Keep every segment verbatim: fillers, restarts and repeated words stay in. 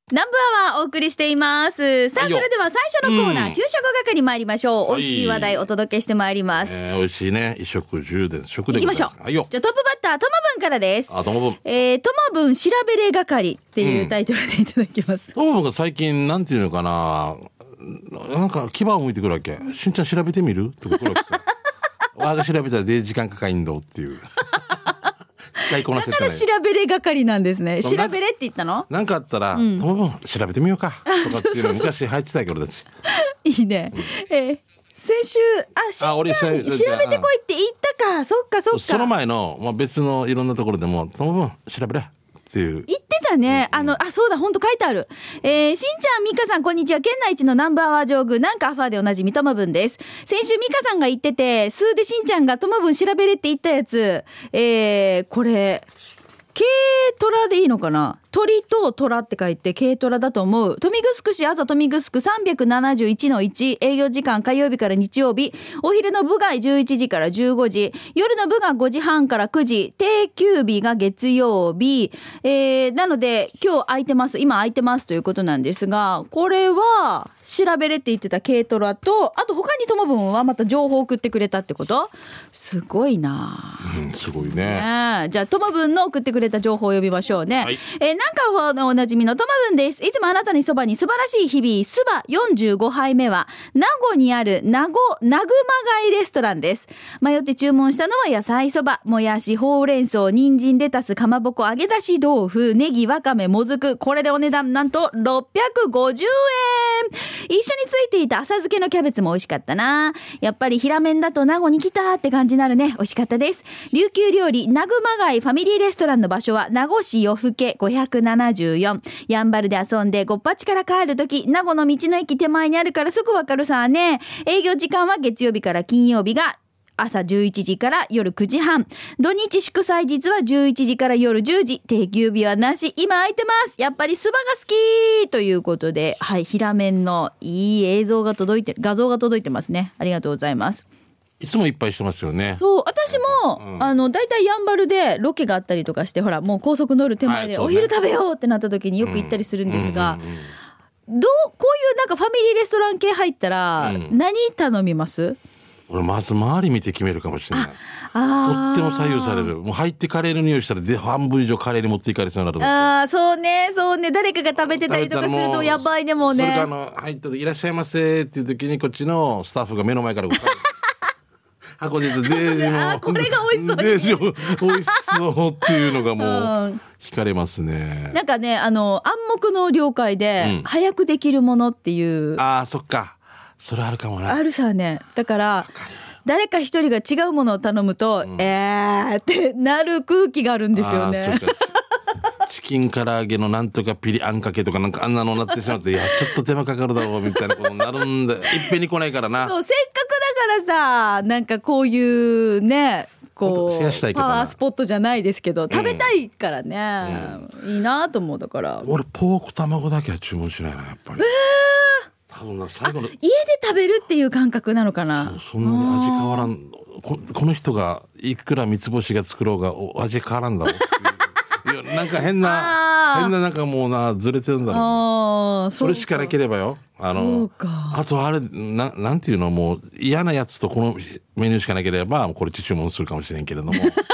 南部アワーお送りしています。さあ、それでは最初のコーナー、うん、給食係参りましょう。美味しい話題お届けしてまいります。 えー、美味しいね。衣食住で食でいきましょう。じゃあトップバッターともぶんからです。 あ、ともぶん。 えー、ともぶん調べれ係っていうタイトルでいただきます。 ともぶんが最近なんていうのかな、なんか牙を向いてくるわけ。しんちゃん調べてみるってことわけさ。わが調べたらで時間かかりんどっていう。使いこなせてない。 だから調べれ係なんですね。調べれって言ったの？ なんかあったら、ともぶん調べてみようかとかっていうの昔入ってたけど、俺たち。 いいね。うん、えー、先週あしんちゃん調べてこいって言ったか。そっかそっか。 その前の、まあ、別のいろんなところでもともぶん調べれっていう言ってたね。うんうん、あのあそうだ本当書いてある。えー、しんちゃんみかさんこんにちは。県内一のナンバーワー上宮なんかアファーでおなじみともぶんです。先週みかさんが言ってて数でしんちゃんがともぶん調べれって言ったやつ、えー、これ軽トラでいいのかな。鳥と虎って書いて軽トラだと思う。豊見城市あざ豊見城さんびゃくななじゅういちのいち、営業時間火曜日から日曜日、お昼の部がじゅういちじからじゅうごじ、夜の部がごじはんからくじ、定休日が月曜日、えー、なので今日空いてます、今空いてますということなんですが、これは調べれって言ってた軽トラと、あと他にともぶんはまた情報を送ってくれたってこと。すごいな、 うん、すごい ね, ね。じゃあともぶんの送ってくれた情報を呼びましょうね。はい、えーなんかのおなじみのともぶんです。いつもあなたにそばに素晴らしい日々。すばよんじゅうごはいめは名護にある名護なぐま街レストランです。迷って注文したのは野菜そば、もやし、ほうれん草、人参、レタス、かまぼこ、揚げ出し豆腐、ネギ、わかめ、もずく。これでお値段なんとろっぴゃくごじゅうえん。一緒についていた浅漬けのキャベツも美味しかったな。やっぱり平麺だと名護に来たって感じになるね。美味しかったです。琉球料理なぐま街ファミリーレストランの場所は名護市夜更けごひゃくななじゅうよん。やんばるで遊んでごっぱちから帰るとき、名護の道の駅手前にあるからすぐわかるさね。営業時間は月曜日から金曜日が朝じゅういちじから夜くじはん。土日祝祭日はじゅういちじから夜じゅうじ。定休日はなし。今空いてます。やっぱりスバが好きということで、はい、平面のいい映像が届いてる、画像が届いてますね。ありがとうございます。 いつもいっぱいしてますよね。 そう、私も、うん、あのだいたいやんばるでロケがあったりとかして、ほらもう高速乗る手前で、はい、お昼食べようってなった時によく行ったりするんですが、どうこういうなんかファミリーレストラン系入ったら、うん、何頼みます？ 俺まず周り見て決めるかもしれない。 あとっても左右される。もう入ってカレーの匂いしたらで半分以上カレーに持っていかれそうになる。 ああそうねそうね、誰かが食べてたりとかするとやばいでもね。 それからあの入った時いらっしゃいませっていう時にこっちのスタッフが目の前から箱でデージもこれが美味しそうデージも美味しそうっていうのがもう惹かれますね。 なんかね、あの暗黙の了解で、うん、早くできるものっていう。 ああそっか、それあるかもな。 あるさね。だから誰か一人が違うものを頼むと、うん、えーってなる空気があるんですよね。 あそうかチキン唐揚げのなんとかピリあんかけとかなんかあんなのなってしまって、いやちょっと手間かかるだろうみたいなことになるんでいっぺんに来ないからな。 そう、せっかくだからさ、なんかこういうね、こうパワースポットじゃないですけど食べたいからね、うん、いいなと思う。だから俺ポーク卵だけは注文しないなやっぱり。えー、多分な最後の家で食べるっていう感覚なのかな。 そ, そんなに味変わらん。 こ, この人がいくら三つ星が作ろうが味変わらんだろうっていういやなんか変な変ななんかもうなずれてるんだろう、 あそれしかなければよ。あのあとあれ な, なんていうのもう嫌なやつとこのメニューしかなければこれ注文するかもしれんけれども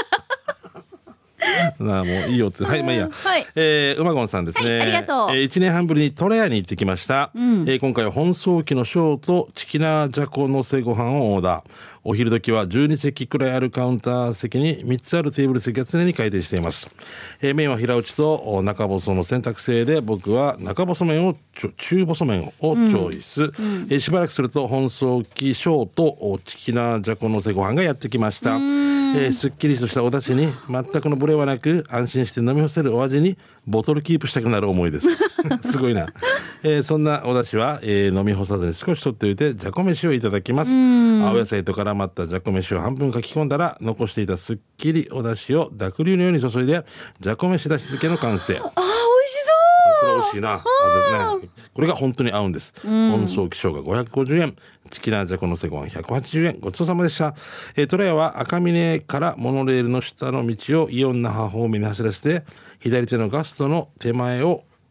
なあもういいよってはいまあいいや、 はい、 えー、うまごんさんですね、 はい、ありがとう。 えー、いちねんはんぶりにトラヤに行ってきました、うん、えー、今回は本草記のショーとチキナージャコのせご飯をオーダー。お昼時はじゅうにせきくらいあるカウンター席にみっつあるテーブル席が常に開店しています。えー、麺は平打ちと中細の選択制で僕は中細麺を中細麺をチョイス、うんうん、えー、しばらくすると本草記ショーとチキナージャコのせご飯がやってきました。えー、すっきりとしたお出汁に全くのブレはなく安心して飲み干せるお味にボトルキープしたくなる思いですすごいな、えー、そんなお出汁は、えー、飲み干さずに少し取っておいてじゃこ飯をいただきます。青野菜と絡まったじゃこ飯を半分かき込んだら残していたすっきりお出汁を濁流のように注いでじゃこ飯出し漬けの完成。 あー美味しそう。 これ美味しいな、ね、これが本当に合うんです。本草記生姜ごひゃくごじゅうえん、チキナージャコのせご飯ひゃくはちじゅうえん。ごちそうさまでした。えー、トラヤは赤峰からモノレールの下の道をイオン那覇方面に走らせて左手のガストの手前を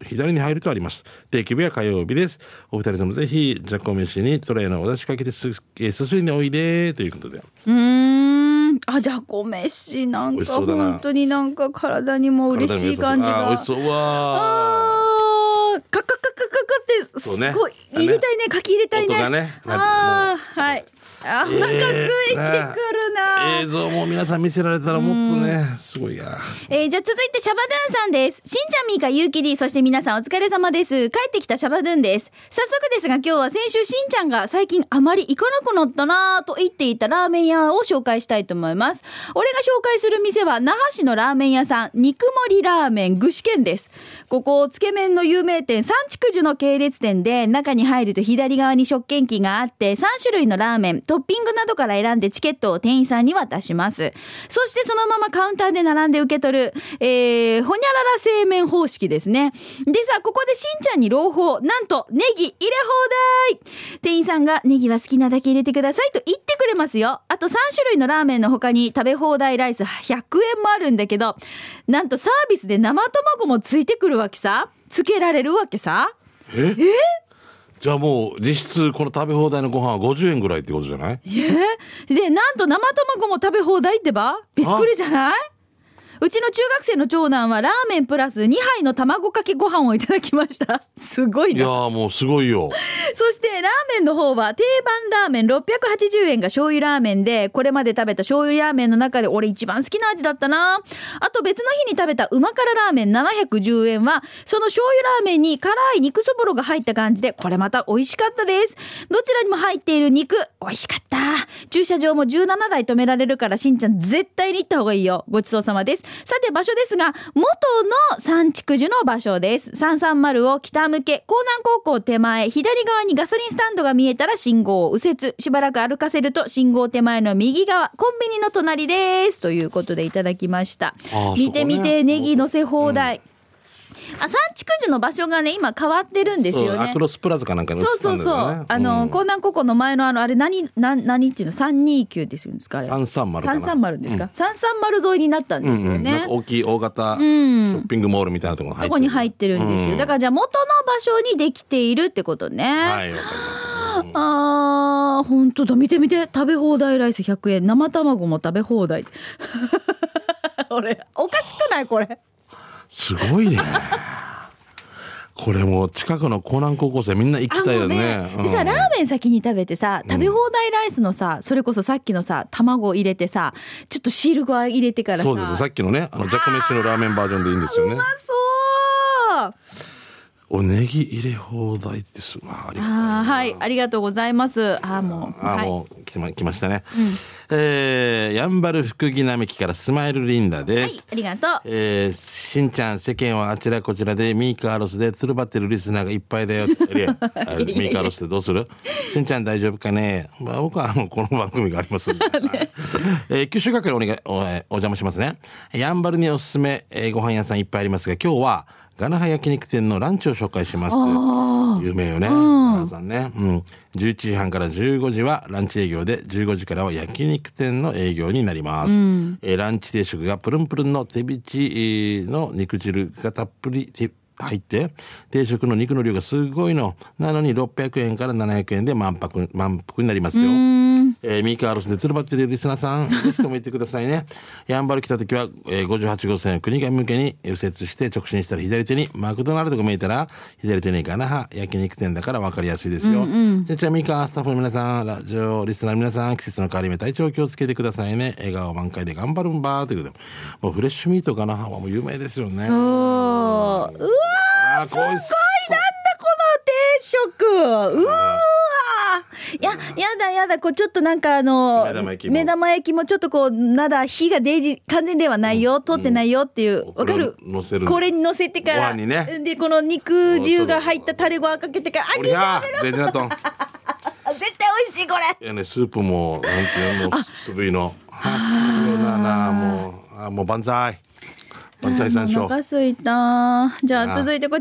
左に入るとあります。定期日は火曜日です。お二人ともぜひじゃこ飯にトレーのお出しかけて す,、えー、すすりにおいでということで。 うーん、あ、じゃこ飯なんか本当になんか体にも嬉しい感じが。 あ、美味しそう。わあ、カッカッカッカッカッカってすごい入れたいね、かき入れたいね。 音がね。 あ、はい。あ、お腹空いてくるな、 えー、映像も皆さん見せられたらもっとね、すごいや。 えー、じゃあ続いてシャバドゥンさんです。しんちゃん、みーか、ゆうき D、そして皆さんお疲れ様です。帰ってきたシャバドゥンです。早速ですが今日は先週しんちゃんが最近あまり行かなくなったなぁと言っていたラーメン屋を紹介したいと思います。俺が紹介する店は那覇市のラーメン屋さん、肉盛りラーメン具志堅です。ここつけ麺の有名店三竹樹の系列店で、中に入ると左側に食券機があってさん種類のラーメン、トッピングなどから選んでチケットを店員さんに渡します。そしてそのままカウンターで並んで受け取る、えー、ほにゃらら製麺方式ですね。でさ、ここでしんちゃんに朗報、なんとネギ入れ放題。店員さんがネギは好きなだけ入れてくださいと言ってくれますよ。あとさん種類のラーメンの他に食べ放題ライスひゃくえんもあるんだけど、なんとサービスで生卵もついてくるわけさ。つけられるわけさ。 ええ、じゃあもう実質この食べ放題のご飯はごじゅうえんぐらいってことじゃない？ えで、なんと生卵も食べ放題ってばびっくりじゃない？うちの中学生の長男はラーメンプラスにはいの卵かけご飯をいただきました。すごいな。 いやーもうすごいよ。 そしてラーメンの方は定番ラーメンろっぴゃくはちじゅうえんが醤油ラーメンで、これまで食べた醤油ラーメンの中で俺一番好きな味だったな。あと別の日に食べたうま辛ラーメンななひゃくじゅうえんはその醤油ラーメンに辛い肉そぼろが入った感じで、これまた美味しかったです。どちらにも入っている肉美味しかった。駐車場もじゅうななだい止められるから、しんちゃん絶対に行った方がいいよ。ごちそうさまです。さて場所ですが、元の三竹樹の場所です。さんさんまるを北向け、江南高校手前、左側にガソリンスタンドが見えたら信号を右折、しばらく歩かせると信号手前の右側、コンビニの隣ですということでいただきました。見てみて、ネギ乗せ放題、うん、あ、三竹樹の場所がね今変わってるんですよね。 アクロスプラザかなんかに移ったんだよね。そうそうそう、 あの、うん、江南高校の前のあのあれ何何何っていうのさんにきゅうですよね。あれさんさんまるかな。 さんさんまるですか、うん、さんさんまる沿いになったんですよね、うんうん、 なんか大きい大型ショッピングモールみたいなところに入ってる、ここに入ってるんですよ、うん、だからじゃあ元の場所にできているってことね。 はい、わかります、 うん、あー本当だ、見て見て、食べ放題ライスひゃくえん、生卵も食べ放題俺おかしくないこれ。 すごいねこれもう近くの江南高校生みんな行きたいよ ね, ね、 うん、でさ、ラーメン先に食べてさ、食べ放題ライスのさ、それこそさっきのさ卵入れてさ、ちょっとシールが入れてからさ、 そうです、さっきのね、あのジャコ飯のラーメンバージョンでいいんですよね。 うまそう。 おネギ入れ放題ってすごいありがたい。 あ、はい、ありがとうございます。あ、もう、 あ、 はい、 もう来ま、来ましたね、うん、えー、やんばる福木並木からスマイルリンダです、はい、 ありがとう。 えー、しんちゃん、世間はあちらこちらでミーカーロスでつるばってるリスナーがいっぱいだよミーカーロスってどうする？しんちゃん大丈夫かね。まあ、僕はもうこの番組がありますんで、ねえー、九州学園お願い お, お邪魔しますね。やんばるにおすすめ、えー、ご飯屋さんいっぱいありますが、今日はガナハ焼肉店のランチを紹介します。有名よね、母さんね、うん、じゅういちじはんからじゅうごじはランチ営業で、じゅうごじからは焼肉店の営業になります、うん、えー、ランチ定食がプルンプルンの手びちの肉汁がたっぷり入って、定食の肉の量がすごいのなのにろっぴゃくえんからななひゃくえんで満腹満腹になりますよ。えー、ミーカーロスでつるばっているリスナーさんぜひとも言ってくださいね。やんばる来た時は、えー、ごじゅうはちごう線を国頭向けに右折して直進したら左手にマクドナルドが見えたら左手にガナハ焼肉店だから分かりやすいですよ、うんうん、じゃあミーカースタッフの皆さん、ラジオリスナーの皆さん、季節の変わり目体調気をつけてくださいね。笑顔満開で頑張るんばーということで、もうフレッシュミートガナハはもう有名ですよね。 そう、うわーすごい、なんだこの定食、うわいや、やだやだ、こうちょっとなんかあの目玉焼きも、目玉焼きもちょっとこうまだ火がデイジ完全ではないよ、通ってないよっていう、わかる？これに乗せてから、ね、でこの肉汁が入ったタレご飯かけてから、あ、げた絶対美味しいこれ。 いやね、スープもなんていうの、もうすぶいの、ああもうあもう万歳万歳三唱。 お腹すいた。じゃあ続いてこちら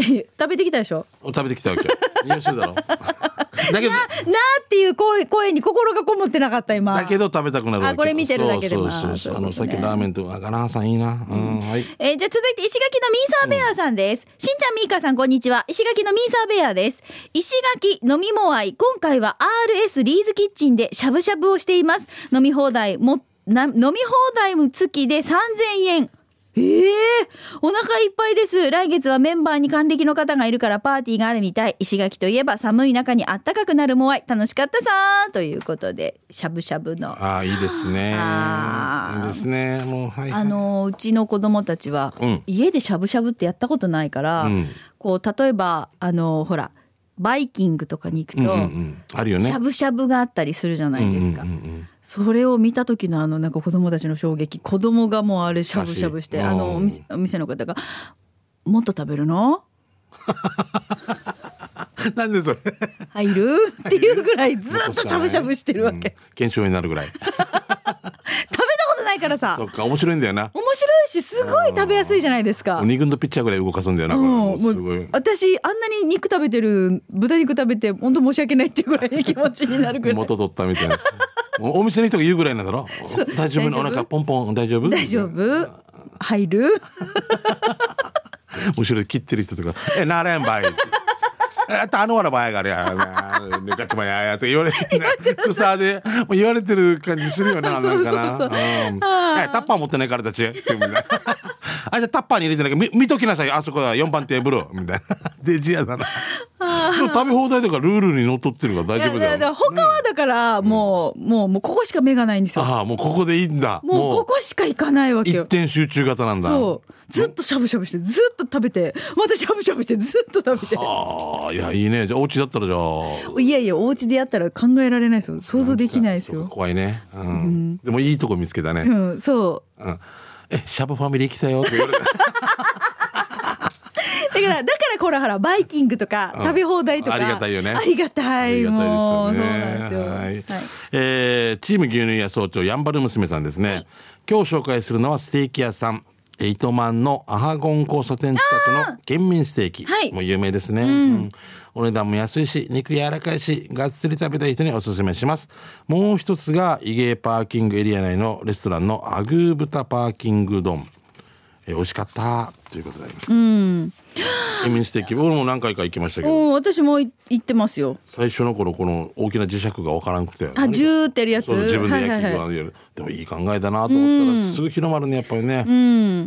食べてきたでしょ。 食べてきたわけ。匂いするだろ。だけどなっていう声声に心がこもってなかった今。 だけど食べたくなるわけ。 あこれ見てるだけでも。 そうそうそう。あのさっきラーメンとあガナーさんいいな。うん、はい。 えー、じゃあ続いて石垣のミーサーベアさんです。うん、しんちゃんみーかさんこんにちは。石垣のミーサーベアです。石垣飲みも愛今回は アールエス リーズキッチンでしゃぶしゃぶをしています。飲み放題もな飲み放題も付きでさんぜんえん。えー、お腹いっぱいです。来月はメンバーに還暦の方がいるからパーティーがあるみたい。石垣といえば寒い中にあったかくなるモアイ楽しかったさーということでしゃぶしゃぶのあいいですねあいいですねもう、はいはい、 あのうちの子供たちは、うん、家でしゃぶしゃぶってやったことないから、うん、こう例えばあのほらバイキングとかに行くと、うんうんうん、あるよね、しゃぶしゃぶがあったりするじゃないですか、うんうんうんうん、それを見た時のあのなんか子供たちの衝撃、子供がもうあれしゃぶしゃぶしてあのお店、お店の方がもっと食べるのなんでそれ入るっていうぐらいずっとしゃぶしゃぶしてるわけ、うん、 検証になるぐらい食べたことないからさ。 そっか面白いんだよな。 面白いしすごい食べやすいじゃないですか。 に軍のピッチャーぐらい動かすんだよな、うん、もうすごい。 私あんなに肉食べてる豚肉食べて本当申し訳ないっていうぐらい気持ちになるぐらい元取ったみたいなお店の人が言うぐらいなんだろ大丈夫なお腹ポンポン大丈夫大丈夫入る後ろで切ってる人とかえなれんばいあとあのわらばやがりゃ抜かってまややって言われて草で言われてる感じするよななんかな。そうそうそう、うん、えタッパー持ってないからたちってみたいなあじゃあタッパーに入れてないから 見, 見ときなさいあそこはよんばんテーブルみたいなデジやだなでも食べ放題とかルールにのっとってるから大丈夫だよ。いやいや他はだからもう、うん、もうもうここしか目がないんですよ。 ああもうここでいいんだ。 もうここしか行かないわけよ。 一点集中型なんだ。 そうずっとしゃぶしゃぶしてずっと食べてまたしゃぶしゃぶしてずっと食べて。 ああいやいいね。じゃあお家だったらじゃあいやいやお家でやったら考えられないですよ。想像できないですよ。 怖いね、うんうん、でもいいとこ見つけたね、 うん、そう、 うん、えシャブファミリー来たよって言われてだからだからこれほらバイキングとか食べ放題とか、うん、ありがたいよね。 ありがたいもうそうなんですよ、 はいはいえー、チーム牛乳屋総長やんばる娘さんですね、はい、今日紹介するのはステーキ屋さん糸満のアハゴン交差点近くの県民ステーキ、はい、もう有名ですね、うんうん、お値段も安いし肉柔らかいしがっつり食べたい人におすすめします。もう一つがイゲーパーキングエリア内のレストランのアグー豚パーキング丼、えー、美味しかったということであります、うん、県民ステーキ僕も何回か行きましたけど、 私も行ってますよ。 最初の頃この大きな磁石が分からんくてあジューってるやつ自分で焼き具合、はいはいはい、でもいい考えだなと思ったらすぐ広まるねやっぱりね、 うん、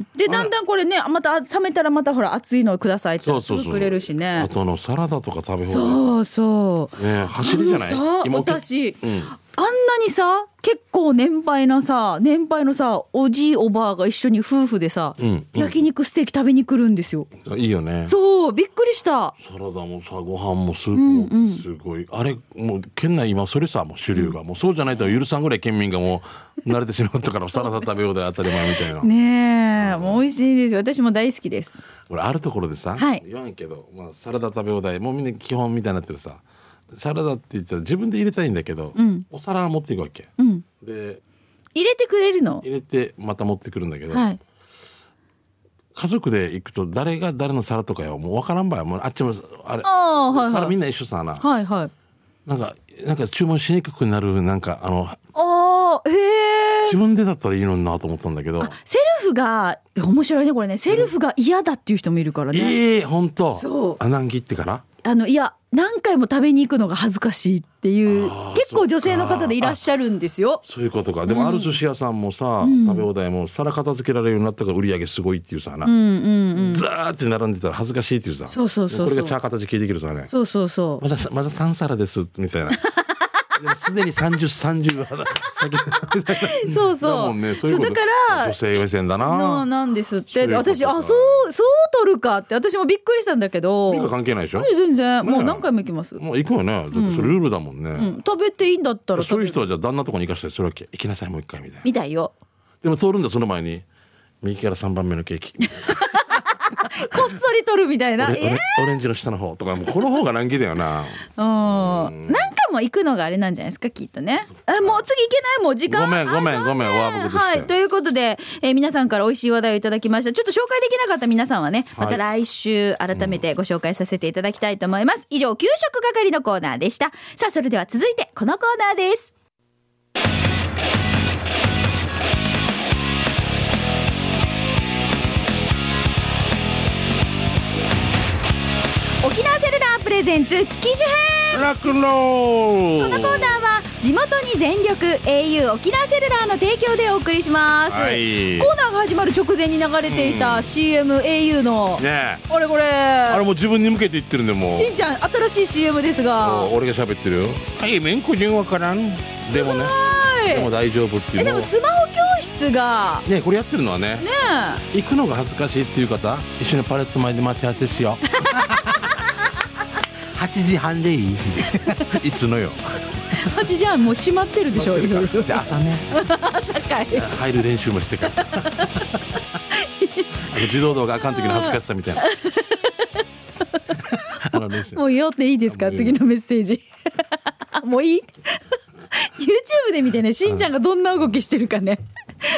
でだんだんこれねまた冷めたらまたほら熱いのくださいってすぐくれるしね。 あとのサラダとか食べ放題そうそうね走りじゃない今私、うん、あんなにさ結構年配なさ年配のさおじいおばあが一緒に夫婦でさ、うんうん、焼肉ステーキ食べに来るんですよ。 いいよね。 そうびっくりした。 サラダもさご飯もスープもすごい、うんうん、あれもう県内今それさもう主流が、うん、もうそうじゃないと許さんぐらい県民がもう慣れてしまったからサラダ食べようで当たり前みたいなねえ、うん、もう美味しいですよ。私も大好きです。 俺あるところでさ、はい、言わんけど、まあ、サラダ食べ放題もうみんな基本みたいになってるさサラダって言ったら自分で入れたいんだけど、うん、お皿持っていくわけ、うん、で入れてくれるの入れてまた持ってくるんだけど、はい、家族で行くと誰が誰の皿とかよもう分からんばよ。もうあっちもあれあ、はいはい、皿みんな一緒さな、はいはい、なんかなんか注文しにくくなるなんかあのあへえ自分でだったらいいのになと思ったんだけどセルフが面白いねこれね。セルフが嫌だっていう人もいるからね。 ええー、本当そうあ難儀ってからあのいや何回も食べに行くのが恥ずかしいっていう結構女性の方でいらっしゃるんですよ。 そういうことか。でもある寿司屋さんもさ、うん、食べ放題も皿片付けられるようになったから売り上げすごいっていうさな、うんうんうん、ザーって並んでたら恥ずかしいっていうさそうそうそうそうこれがチャー片付けできるさねそうそうそうまだまださん皿ですみたいなでもすでにさんじゅう、さんじゅうはそうそうだもんね。そういうことそうだから女性目線だななんですって私あそうそう取るかって私もびっくりしたんだけどミカ関係ないでしょ。 全然、ね、もう何回も行きます。 もう行くよねだってそれルールだもんね、うんうん、 食べていいんだったらそういう人はじゃあ旦那とかに行かせたりするわけ。行きなさいもう一回みたいなみたいよ。 でも通るんだその前に右からさんばんめのケーキこっそり撮るみたいな。 オレ、えオレンジの下の方とかもうこの方が難儀だよな。 うん。何回も行くのがあれなんじゃないですかきっとね。あもう次行けないもう時間。 ごめんごめんごめんワーブクとして。 はいということで、えー、皆さんから美味しい話題をいただきました。ちょっと紹介できなかった皆さんはねまた来週改めてご紹介させていただきたいと思います。以上給食係のコーナーでした。さあそれでは続いてこのコーナーです。沖縄セルラープレゼンツ機種編ラックンロール。このコーナーは地元に全力 エーユー 沖縄セルラーの提供でお送りします、はい、コーナーが始まる直前に流れていた シーエム エーユー の、ね、これこれあれもう自分に向けて言ってるんでもうしんちゃん新しい シーエム ですが俺が喋ってるよ。はい面個人わからんでもねでも大丈夫っていうの。 えでもスマホ教室がねこれやってるのはねね行くのが恥ずかしいっていう方一緒にパレット前で待ち合わせしようはちじはんでいいいつのよはちじはんもう閉まってるでしょ。 で朝ね朝かい入る練習もしてから自動動画あかん時の恥ずかしさみたいなあの練習もう言っていいですか次のメッセージもういいYouTube で見てねしんちゃんがどんな動きしてるかね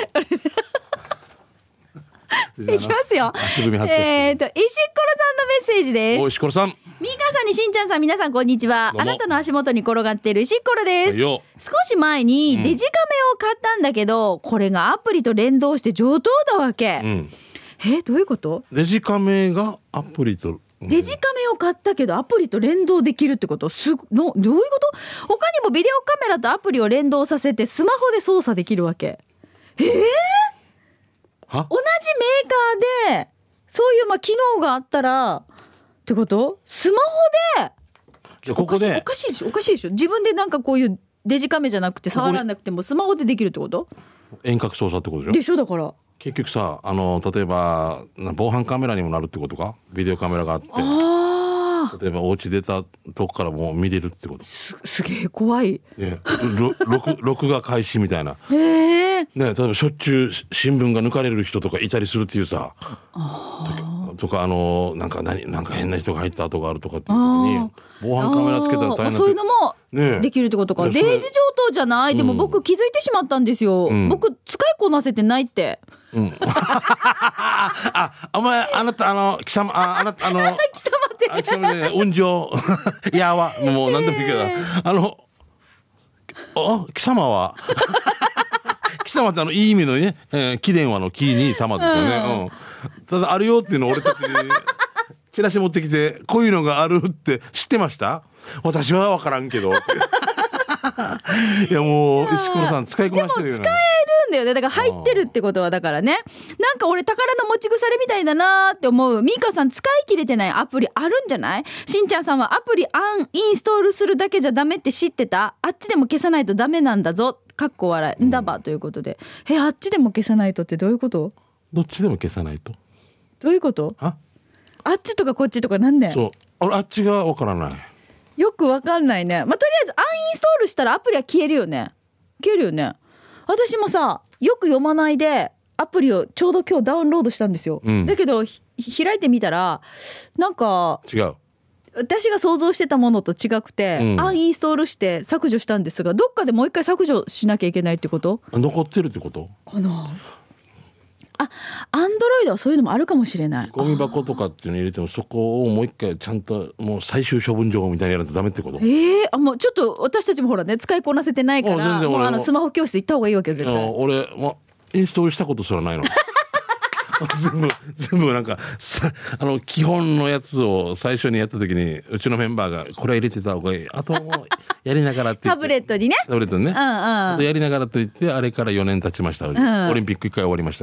いきますよ。えーと石ころさんのメッセージです。 お石ころさんミーカーさんにしんちゃんさん皆さんこんにちは。あなたの足元に転がっている石ころです。少し前にデジカメを買ったんだけど、うん、これがアプリと連動して上等だわけ、うん、えどういうこと？ デジカメがアプリと、 うん、デジカメを買ったけどアプリと連動できるってことすのどういうこと？他にもビデオカメラとアプリを連動させてスマホで操作できるわけ。えー同じメーカーでそういうまあ機能があったらってことスマホでじゃここでおかしいでしょおかしいでしょ自分でなんかこういうデジカメじゃなくて触らなくてもスマホでできるってこと遠隔操作ってことでしょでしょだから結局さあの例えば防犯カメラにもなるってことかビデオカメラがあってあ例えばお家出たとこからもう見れるってことす, すげえ怖い、 ね、録, 録画開始みたいなへえね、例えばしょっちゅう新聞が抜かれる人とかいたりするっていうさと, とかあのなんか何なんか変な人が入った跡があるとかっていう時に防犯カメラつけたら大変なそういうのもできるってことか、ね、デイジ上等じゃない、うん、でも僕気づいてしまったんですよ、うん、僕使いこなせてないって、うん、 あお前あなたあの貴様ああなたあの貴様ってあ貴様で運上いやわもう何でもいいけどあのお貴様は貴様ってあのいい意味のね、えー、貴電話の貴に様とかね、うん、ただあるよっていうのを俺たちチラシ持ってきてこういうのがあるって知ってました？私は分からんけどいやもう石黒さん使いこなしてるよね。 でも使えるんだよねだから入ってるってことはだからねなんか俺宝の持ち腐れみたいだなって思う。ミーカさん使い切れてないアプリあるんじゃない？しんちゃんさんはアプリアンインストールするだけじゃダメって知ってた？あっちでも消さないとダメなんだぞかっこ笑いんだばということで、えあっちでも消さないとってどういうこと？ どっちでも消さないとどういうこと？ああっちとかこっちとかなんで？ そう俺あっちがわからないよくわかんないね。まあ、とりあえずアンインストールしたらアプリは消えるよね消えるよね。私もさよく読まないでアプリをちょうど今日ダウンロードしたんですよ、うん、だけど開いてみたらなんか違う私が想像してたものと違くて、うん、アンインストールして削除したんですがどっかでもう一回削除しなきゃいけないってこと残ってるってことかなあ、アンドロイドはそういうのもあるかもしれない。 ゴミ箱とかっていうの入れてもそこをもう一回ちゃんともう最終処分場みたいにやらないとダメってこと？ えー、あもうちょっと私たちもほらね使いこなせてないからもうあのスマホ教室行った方がいいわけよ絶対。 俺もインストールしたことすらないの全部全部なんかさあの基本のやつを最初にやった時にうちのメンバーがこれは入れてた方がいいあともうやりながらってタブレットにねタブレットにね、うんうん、あとやりながらと言ってあれからよねん経ちました、うん、オリンピックいっかい終わりました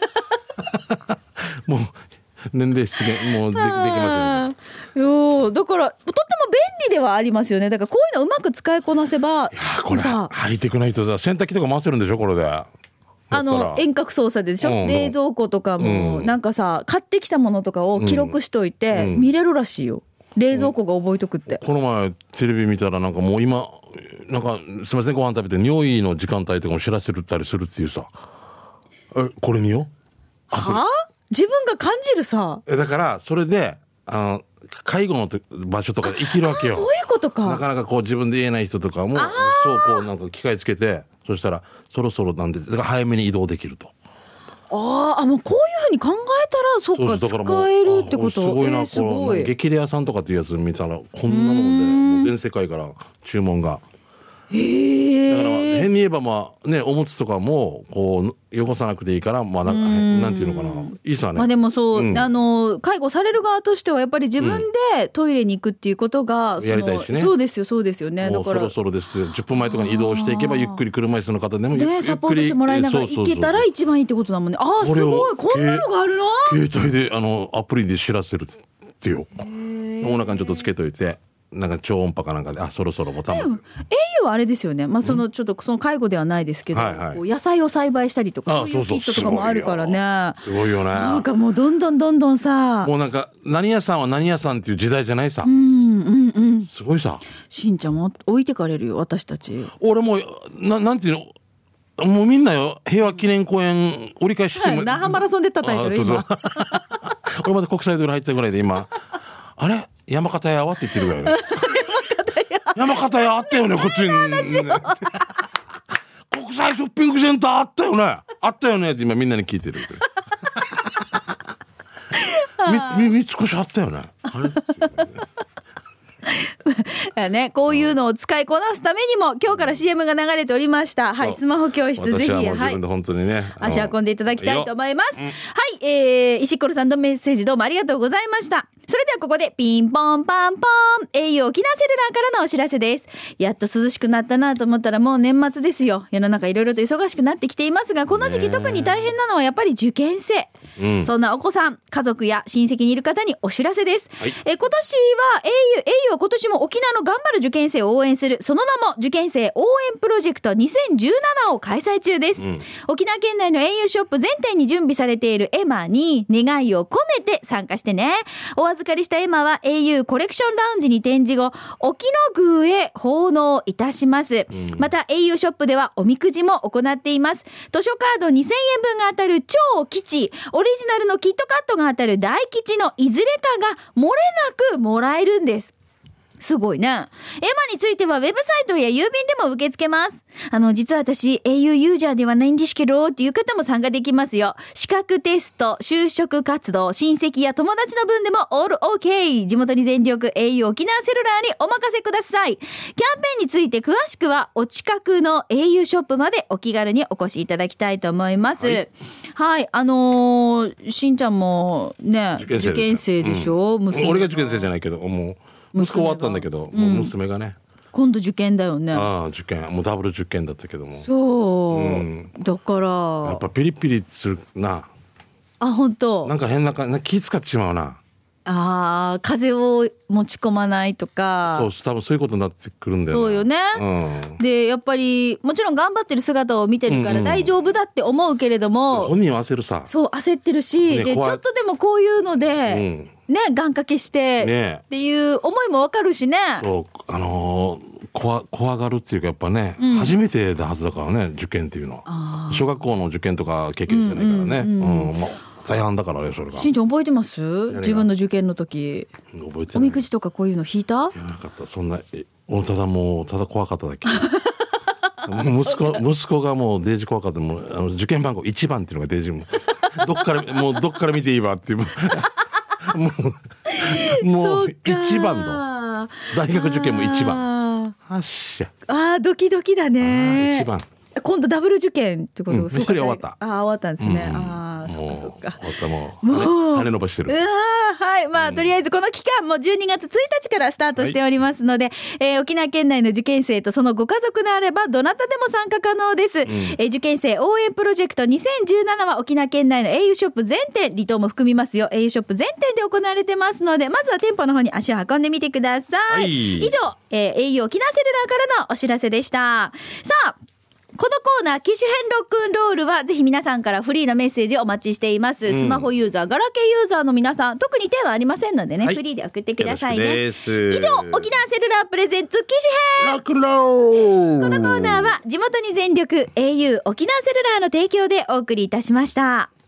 もう年齢出現もうで き, できません、ね、よだからとっても便利ではありますよね。だからこういうのうまく使いこなせばいやこれハイテクな人さ洗濯機とか回せるんでしょこれであの遠隔操作でしょ、うん、冷蔵庫とかも、うん、なんかさ買ってきたものとかを記録しといて、うん、見れるらしいよ冷蔵庫が覚えとくって、 この前テレビ見たらなんかもう今なんかすいませんご飯食べて尿意の時間帯とかも知らせるったりするっていうさえこれによは自分が感じるさ。 だからそれであの介護の場所とかで生きるわけよ。 そういうことか。 なかなかこう自分で言えない人とかもそうこうなんか機械つけて、そしたらそろそろなんでだから早めに移動できると。 ああ、もうこういうふうに考えたらそっか、 そうそうだからもう使えるってこと。 すごいな、 えー、すごい。 激レアさんとかっていうやつ見たらこんなのでもう全世界から注文が。 へえ。 だから変に言えばまあねおむつとかもこう汚さなくていいからまあな ん, なんていうのかないいさね。 まあでもそう、 うん、 あの介護される側としてはやっぱり自分でトイレに行くっていうことが、 うん、やりたいしね。 そうですよそうですよね。 だからそろそろですじゅっぷんまえとかに移動していけばゆっくり車椅子の方でもゆっくり、 ね、サポートしてもらいながら行けたら一番いいってことだもんね。ああすごいこんなのがあるの。 携帯であのアプリで知らせるってよ。お腹にちょっとつけといて。なんか超音波かなんかであそろそろもたまる。 エーユー はあれですよね、まあ、そのちょっとその介護ではないですけど、はいはい、こう野菜を栽培したりとかそういうキットとかもあるからね。 すごいよね。 なんかもうどんどんどんどんさもうなんか何屋さんは何屋さんっていう時代じゃないさ。 うんうんうん、 すごいさ。 しんちゃんも置いてかれるよ私たち。 俺もななんていうのもうみんなよ平和記念公園折り返しして那覇マラソンで叩いてる今。 そうそう俺まで国際通り入ったぐらいで今あれ山形屋はって言ってるぐらいね。山形屋あったよねこっちに。国際ショッピングセンターあったよねあったよねって今みんなに聞いてる。みみ三越あったよね。あれね、こういうのを使いこなすためにも今日から シーエム が流れておりました、はい、スマホ教室ぜひ、 私はもう自分で本当にね、 はい、足運んでいただきたいと思います、うん、はい、えー、石ころさんのメッセージどうもありがとうございました。それではここでピンポンパンポン エーユー 沖縄セルラーからのお知らせです。やっと涼しくなったなと思ったらもう年末ですよ。世の中いろいろと忙しくなってきていますが、この時期特に大変なのはやっぱり受験生、うん、そんなお子さん家族や親戚にいる方にお知らせです、はい、え今年は エーユー エーユー は今年も沖縄の頑張る受験生を応援するその名も受験生応援プロジェクトにせんじゅうななを開催中です、うん、沖縄県内の エーユー ショップ全店に準備されているエマに願いを込めて参加してね。お預かりしたエマは エーユー コレクションラウンジに展示後沖野宮へ奉納いたします、うん、また エーユー ショップではおみくじも行っています。図書カードにせんえんぶんが当たる超吉、オリジナルのキットカットが当たる大吉のいずれかが漏れなくもらえるんです。すごいね。エマについてはウェブサイトや郵便でも受け付けます。あの、実は私 エーユー ユーザーではないんですけどっていう方も参加できますよ。資格テスト、就職活動、親戚や友達の分でもオールオーケー。地元に全力 エーユー 沖縄セルラーにお任せください。キャンペーンについて詳しくはお近くの エーユー ショップまでお気軽にお越しいただきたいと思います。はい、はい、あのー、しんちゃんもね、受験生でしょ。受験生でしょ、うん、 俺が受験生じゃないけど、もう息子終わったんだけど、うん、もう娘がね今度受験だよね。 ああ受験もうダブル受験だったけどもそう、うん、だからやっぱピリピリするな。 あ本当なんか変な感じ気使ってしまうな。 あ風邪を持ち込まないとかそう多分そういうことになってくるんだよね。 そうよね、うん、でやっぱりもちろん頑張ってる姿を見てるから大丈夫だって思うけれども、うんうん、 本人は焦るさ。 そう焦ってるし、ね、でちょっとでもこういうので、うんね、願掛けしてっていう思いもわかるしね。 そうあのー、怖, 怖がるっていうかやっぱね、うん、初めてだはずだからね受験っていうのは。小学校の受験とか経験してないからね、うんうんうんまあ、大半だからねそれが。しんちゃん覚えてます？自分の受験の時覚えてない。おみくじとかこういうの引いた？いやなかったそんなえただもうただ怖かっただけ息子息子がもうデージ怖かった。もうあの受験番号いちばんっていうのがデージもどっからもうどっから見ていいわっていうもうもう一番の大学受験も一番。はっしゃ。あードキドキだね。一番。今度ダブル受験ってこと。一、うん、人終わった。ああ終わったんですね。うん、ああそっかそっか。終わったもう。もう羽伸ばしてる。うわはいまあ、うん、とりあえずこの期間もじゅうにがつついたちからスタートしておりますので、はいえー、沖縄県内の受験生とそのご家族であればどなたでも参加可能です。うんえー、受験生応援プロジェクトにせんじゅうななは沖縄県内の エーユー ショップ全店離島も含みますよ。 エーユー ショップ全店で行われてますのでまずは店舗の方に足を運んでみてください。はい、以上、えー、エーユー 沖縄セルラーからのお知らせでした。さあこのコーナー機種編ロックンロールはぜひ皆さんからフリーなメッセージをお待ちしています、うん、スマホユーザーガラケーユーザーの皆さん特に手はありませんのでね、はい、フリーで送ってくださいね。以上沖縄セルラープレゼンツ機種編ロックンロール。このコーナーは地元に全力 エーユー 沖縄セルラーの提供でお送りいたしました。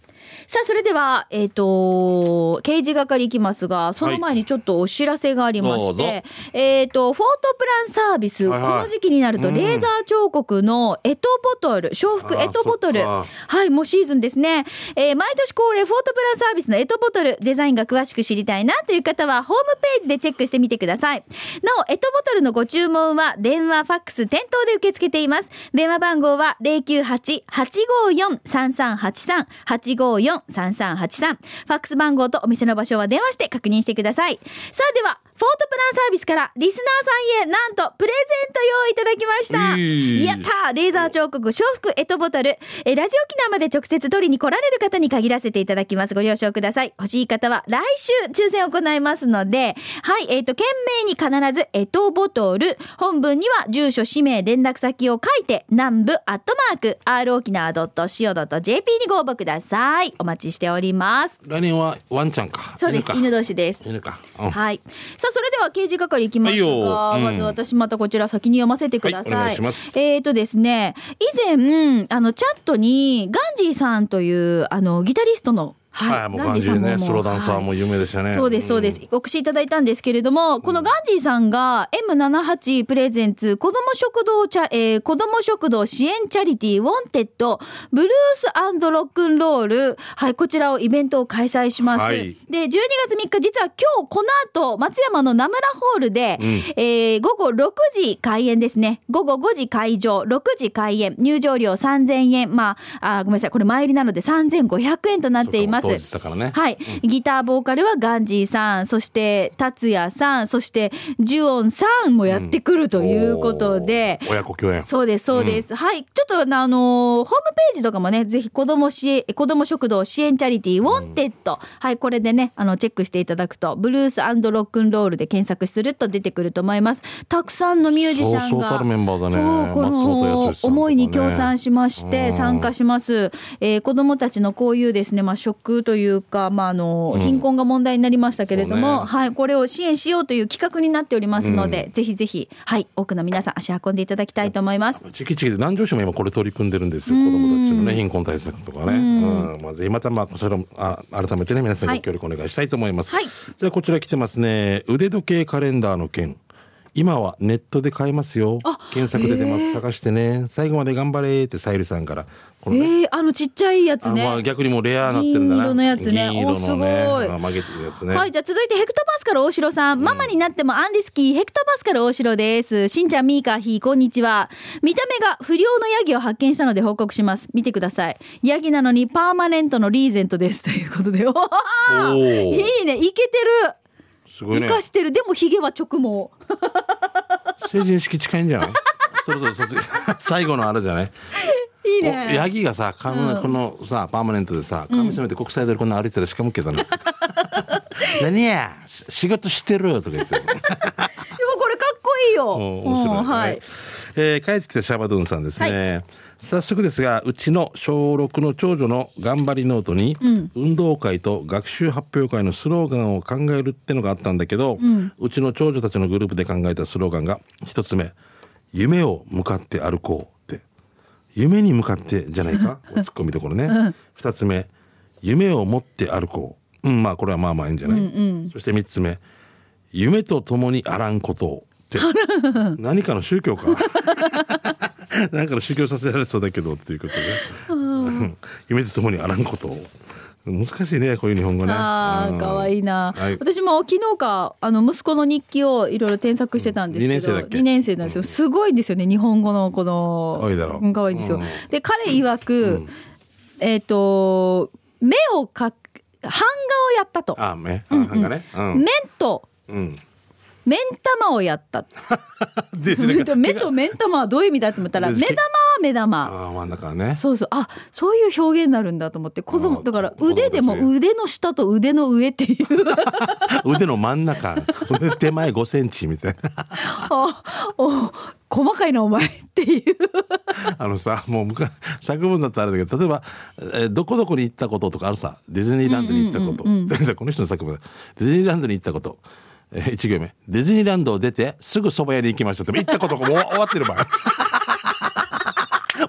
さあそれではえっ、ー、と刑事係いきますが、その前にちょっとお知らせがありまして、はい、えっ、ー、とフォートプランサービス、はいはい、この時期になるとレーザー彫刻のエトボトル、笑福エトボトル、はいもうシーズンですね、えー、毎年恒例フォートプランサービスのエトボトルデザインが詳しく知りたいなという方はホームページでチェックしてみてください。なおエトボトルのご注文は電話ファックス店頭で受け付けています。電話番号は ゼロきゅうはち はちごよん さんさんはちさん はちごよん さんさんはちさん、ファックス番号とお店の場所は電話して確認してください。さあではフォートプランサービスからリスナーさんへなんとプレゼント用意いただきました。やったー、レーザー彫刻笑福エトボトル、えラジオ機能まで直接取りに来られる方に限らせていただきます。ご了承ください。欲しい方は来週抽選を行いますので、はい、えっと件名に必ずエトボトル、本文には住所氏名連絡先を書いて南部アットマーク アール 沖縄 ドット シーオー ドット ジェーピー にご応募ください。お待ちしております。 来年はワンちゃんか。 そうです、犬, 犬同士です。 犬か、うん、 はい。さあそれでは刑事係いきますが、うん、まず私またこちら先に読ませてください。はい、お願いします。えーとですね、以前あのチャットにガンジーさんというあのギタリストのはい、はい、もうガンジーね、ソロダンサーも有名でしたね、はい、 そうですそうです、うん、お越しいただいたんですけれども、このガンジーさんが エムななじゅうはち プレゼンツ子ども食堂チャ、えー、子ども食堂支援チャリティーウォンテッドブルース&ロックンロール、はい、こちらをイベントを開催します、はい、でじゅうにがつみっか、実は今日この後松山の名村ホールで、うん、えー、午後ろくじ開演ですね。午後ごじ会場、ろくじ開演、入場料さんぜんえん、まあ、あごめんなさい、これ前売りなのでさんぜんごひゃくえんとなっています。 当日だからね、 はい、うん、ギターボーカルはガンジーさん、そして達也さん、そしてジュオンさんもやってくるということで、 うん、親子共演。 そうですそうです、うん、はい、ちょっとあのホームページとかもね、ぜひ子ども支援子ども食堂支援チャリティーウォンテッド、うん、はい、これでねあのチェックしていただくとブルース&ロックンロールで検索すると出てくると思います。たくさんのミュージシャンがそうそうたるメンバーだね。 そうこの思いに協賛しまして参加します、うん、えー、子どもたちのこういうですね、まあ、食というか、まああの貧困が問題になりましたけれども、うん、はい、これを支援しようという企画になっておりますので、うん、ぜひぜひ、はい、多くの皆さん足運んでいただきたいと思います。 地域地域で南城市も今これ取り組んでるんですよ、子どもたちのね貧困対策とかね、うん、うん、まあ、ぜひまたまあそれをあ改めてね皆さんご協力お願いしたいと思います、はい、じゃあこちら来てますね。腕時計カレンダーの件、今はネットで買えますよ、検索で出ます、探してね、最後まで頑張れってさゆりさんからこの、ね、 えー、あのちっちゃいやつね、 あ、まあ、逆にもうレアになってるんだな、 銀色のやつね、 銀色のね、 おすごい、 あ、曲げてるやつね。 はい、じゃあ続いてヘクトパスカル大城さん、うん、ママになってもアンリスキーヘクトパスカル大城です。しんちゃんミーカーヒーこんにちは。見た目が不良のヤギを発見したので報告します。見てください。ヤギなのにパーマネントのリーゼントですということで、おおいいね、いけてる、すごいね、生かしてる。でもヒゲは直毛成人式近いんじゃない？そろそろ卒業最後のあれじゃない？ いいね。 ヤギがさ、かん、うん、このさパーマネントでさ髪染めて国際通りこんな歩いてたらしかもけどね、うん、何や仕事してるとか言ってるでもこれかっこいいよ。 面白い、ね、はい、えー、帰ってきたシャバドゥンさんですね、はい、早速ですがうちの小ろくの長女の頑張りノートに、うん、運動会と学習発表会のスローガンを考えるってのがあったんだけど、うん、うちの長女たちのグループで考えたスローガンが一つ目、夢を向かって歩こうって、夢に向かってじゃないかツッコミどころね、うん、二つ目、夢を持って歩こう、うん、まあこれはまあまあいいんじゃない、うんうん、そして三つ目、夢と共にあらんことをって何かの宗教か何かの宗教させられそうだけどっていうことで、夢と共にあらんことを、難しいねこういう日本語ね。 ああ、かわいいな、はい、私も昨日かあの息子の日記をいろいろ添削してたんですけど、にねん生だっけ？にねん生なんですよ、うん、すごいんですよね日本語のこのかわいいだろう、 かわいいんですよ、うん、で彼曰く、うん、えっ、ー、と目をか版画をやったと、 あ目、うんうん、版画ね、うん、 面と、うん、目ん玉をやった目と目ん玉はどういう意味だと思ったら目玉は目玉、 あ真ん中ね、 そうそう、あそういう表現になるんだと思って、子供だから腕でも腕の下と腕の上っていう腕の真ん中腕手前ごセンチみたいなおお細かいなお前っていうあのさ、もう昔作文だったらあれだけど、例えば、えー、どこどこに行ったこととかあるさ、ディズニーランドに行ったこと、うんうんうんうん、この人の作文、ディズニーランドに行ったこと、えー、いち行目、ディズニーランドを出てすぐ蕎麦屋に行きましたって、行ったことがもう終わってる場合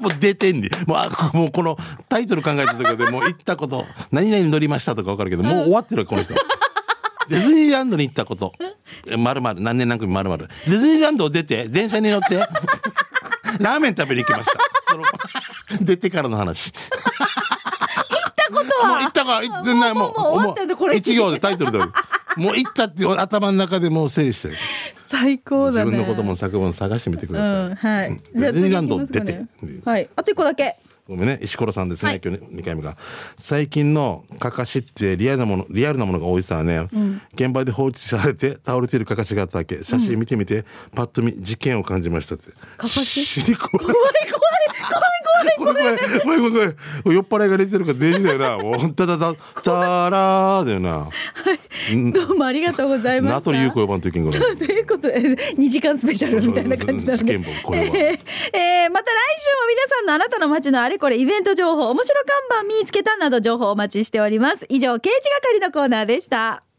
もう出てんでもうあもうこのタイトル考えた時でもう行ったこと何々乗りましたとか分かるけどもう終わってるこの人ディズニーランドに行ったことまるまる何年何組まるまるディズニーランドを出て電車に乗ってラーメン食べに行きましたその出てからの話ことはもう行ったか行ってないもうもう終わったんだこれ一行でタイトルでもう行ったって頭の中でもう整理してる最高だね。 自分のことも作文探してみてください、 うん、はい。 ディズニーランド出て、 はい。あと一個だけ。 ごめんね石ころさんですね、 はい、 今日にかいめが最近のかかしってリアルなものリアルなものが多いさね、うん、現場で放置されて倒れているかかしがあったわけ写真見てみて、うん、パッと見事件を感じましたってかかし怖い怖い怖い怖い怖い怖い怖い怖い怖い酔っ払いが出てるから大事だよなもうただたたらーだよな、はい、 どうもありがとうございました名取裕子呼ばんといけんからそうということでにじかんスペシャルみたいな感じなので、えーえー、また来週も皆さんのあなたの街のあれこれイベント情報面白看板見つけたなど情報お待ちしております。以上刑事係のコーナーでした。